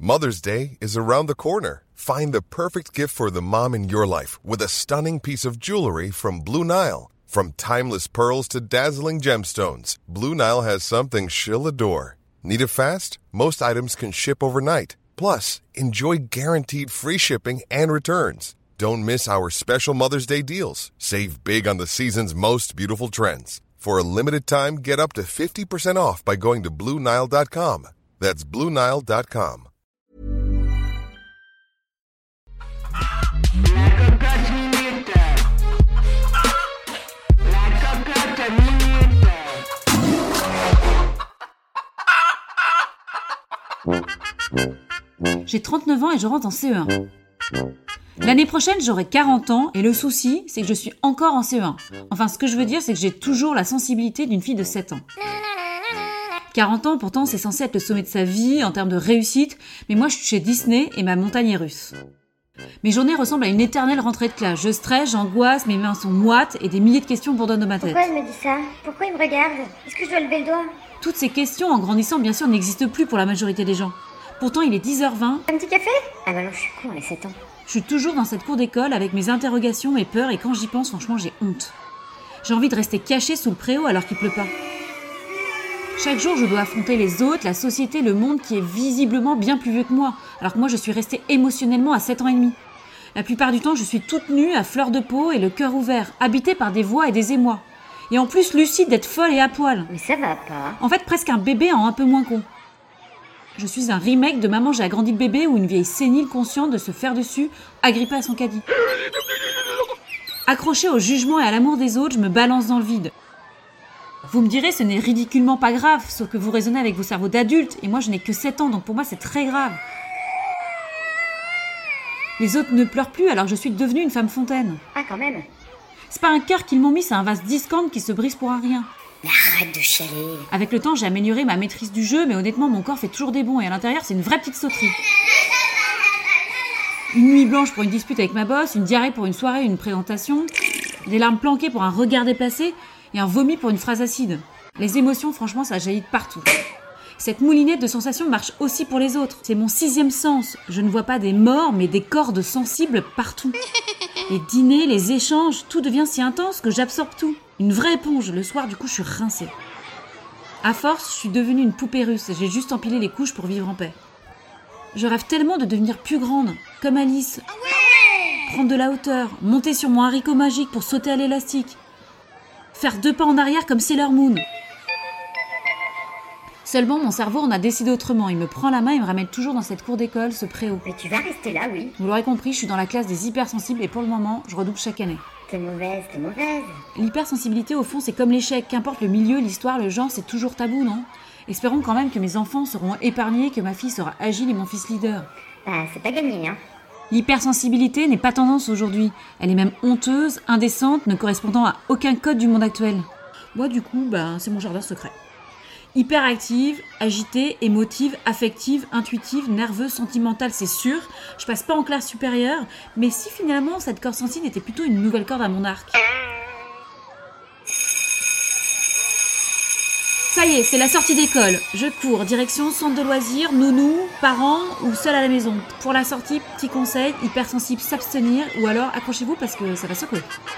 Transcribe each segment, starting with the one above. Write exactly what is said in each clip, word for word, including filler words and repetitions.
Mother's Day is around the corner. Find the perfect gift for the mom in your life with a stunning piece of jewelry from Blue Nile. From timeless pearls to dazzling gemstones, Blue Nile has something she'll adore. Need it fast? Most items can ship overnight. Plus, enjoy guaranteed free shipping and returns. Don't miss our special Mother's Day deals. Save big on the season's most beautiful trends. For a limited time, get up to fifty percent off by going to Blue Nile dot com. That's Blue Nile dot com. La cocotte minute. La cocotte minute. J'ai trente-neuf ans et je rentre en C E un. L'année prochaine, j'aurai quarante ans et le souci, c'est que je suis encore en C E un. Enfin, ce que je veux dire, c'est que j'ai toujours la sensibilité d'une fille de sept ans. quarante ans, pourtant, c'est censé être le sommet de sa vie en termes de réussite, mais moi, je suis chez Disney et ma montagne est russe. Mes journées ressemblent à une éternelle rentrée de classe. Je stresse, j'angoisse, mes mains sont moites et des milliers de questions bourdonnent de ma tête. Pourquoi elle me dit ça? Pourquoi il me regarde? Est-ce que je dois lever le doigt? Toutes ces questions, en grandissant, bien sûr, n'existent plus pour la majorité des gens. Pourtant, il est dix heures vingt. Un petit café? Ah bah non, je suis con, elle a sept ans. Je suis toujours dans cette cour d'école avec mes interrogations, mes peurs, et quand j'y pense, franchement, j'ai honte. J'ai envie de rester cachée sous le préau alors qu'il pleut pas. Chaque jour, je dois affronter les autres, la société, le monde qui est visiblement bien plus vieux que moi, alors que moi, je suis restée émotionnellement à sept ans et demi. La plupart du temps, je suis toute nue, à fleur de peau et le cœur ouvert, habitée par des voix et des émois. Et en plus, lucide d'être folle et à poil. Mais ça va pas. En fait, presque un bébé en un peu moins con. Je suis un remake de Maman, j'ai agrandi le bébé ou une vieille sénile consciente de se faire dessus, agrippée à son caddie. Accrochée au jugement et à l'amour des autres, je me balance dans le vide. Vous me direz, ce n'est ridiculement pas grave, sauf que vous raisonnez avec vos cerveaux d'adultes, et moi je n'ai que sept ans, donc pour moi c'est très grave. Les autres ne pleurent plus alors que je suis devenue une femme fontaine. Ah, quand même. C'est pas un cœur qu'ils m'ont mis, c'est un vase discorde qui se brise pour un rien. Mais arrête de chialer. Avec le temps, j'ai amélioré ma maîtrise du jeu, mais honnêtement, mon corps fait toujours des bonds et à l'intérieur, c'est une vraie petite sauterie. Une nuit blanche pour une dispute avec ma boss, une diarrhée pour une soirée, une présentation, des larmes planquées pour un regard déplacé et un vomi pour une phrase acide. Les émotions, franchement, ça jaillit de partout. Cette moulinette de sensations marche aussi pour les autres. C'est mon sixième sens. Je ne vois pas des morts, mais des cordes sensibles partout. Les dîners, les échanges, tout devient si intense que j'absorbe tout. Une vraie éponge. Le soir, du coup, je suis rincée. À force, je suis devenue une poupée russe et j'ai juste empilé les couches pour vivre en paix. Je rêve tellement de devenir plus grande, comme Alice. Prendre de la hauteur, monter sur mon haricot magique pour sauter à l'élastique. Faire deux pas en arrière comme Sailor Moon. Seulement, mon cerveau en a décidé autrement. Il me prend la main et me ramène toujours dans cette cour d'école, ce préau. Mais tu vas rester là, oui. Vous l'aurez compris, je suis dans la classe des hypersensibles et pour le moment, je redouble chaque année. T'es mauvaise, t'es mauvaise. L'hypersensibilité, au fond, c'est comme l'échec. Qu'importe le milieu, l'histoire, le genre, c'est toujours tabou, non? Espérons quand même que mes enfants seront épargnés, que ma fille sera agile et mon fils leader. Bah, c'est pas gagné, hein. L'hypersensibilité n'est pas tendance aujourd'hui. Elle est même honteuse, indécente, ne correspondant à aucun code du monde actuel. Moi, du coup, bah, c'est mon jardin secret. Hyperactive, agitée, émotive, affective, intuitive, nerveuse, sentimentale, c'est sûr. Je passe pas en classe supérieure, mais si finalement cette corde sensible était plutôt une nouvelle corde à mon arc. Ça y est, c'est la sortie d'école. Je cours, direction centre de loisirs, nounou, parents ou seul à la maison. Pour la sortie, petit conseil, hypersensible s'abstenir ou alors accrochez-vous parce que ça va secouer.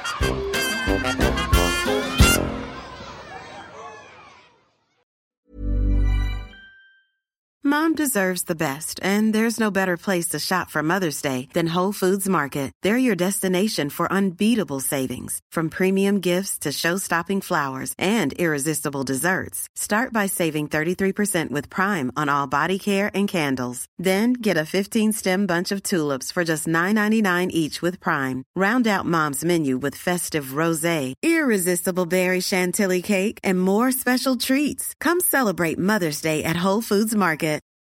Mom deserves the best, and there's no better place to shop for Mother's Day than Whole Foods Market. They're your destination for unbeatable savings, from premium gifts to show-stopping flowers and irresistible desserts. Start by saving thirty-three percent with Prime on all body care and candles. Then get a fifteen-stem bunch of tulips for just nine ninety-nine each with Prime. Round out Mom's menu with festive rosé, irresistible berry chantilly cake, and more special treats. Come celebrate Mother's Day at Whole Foods Market.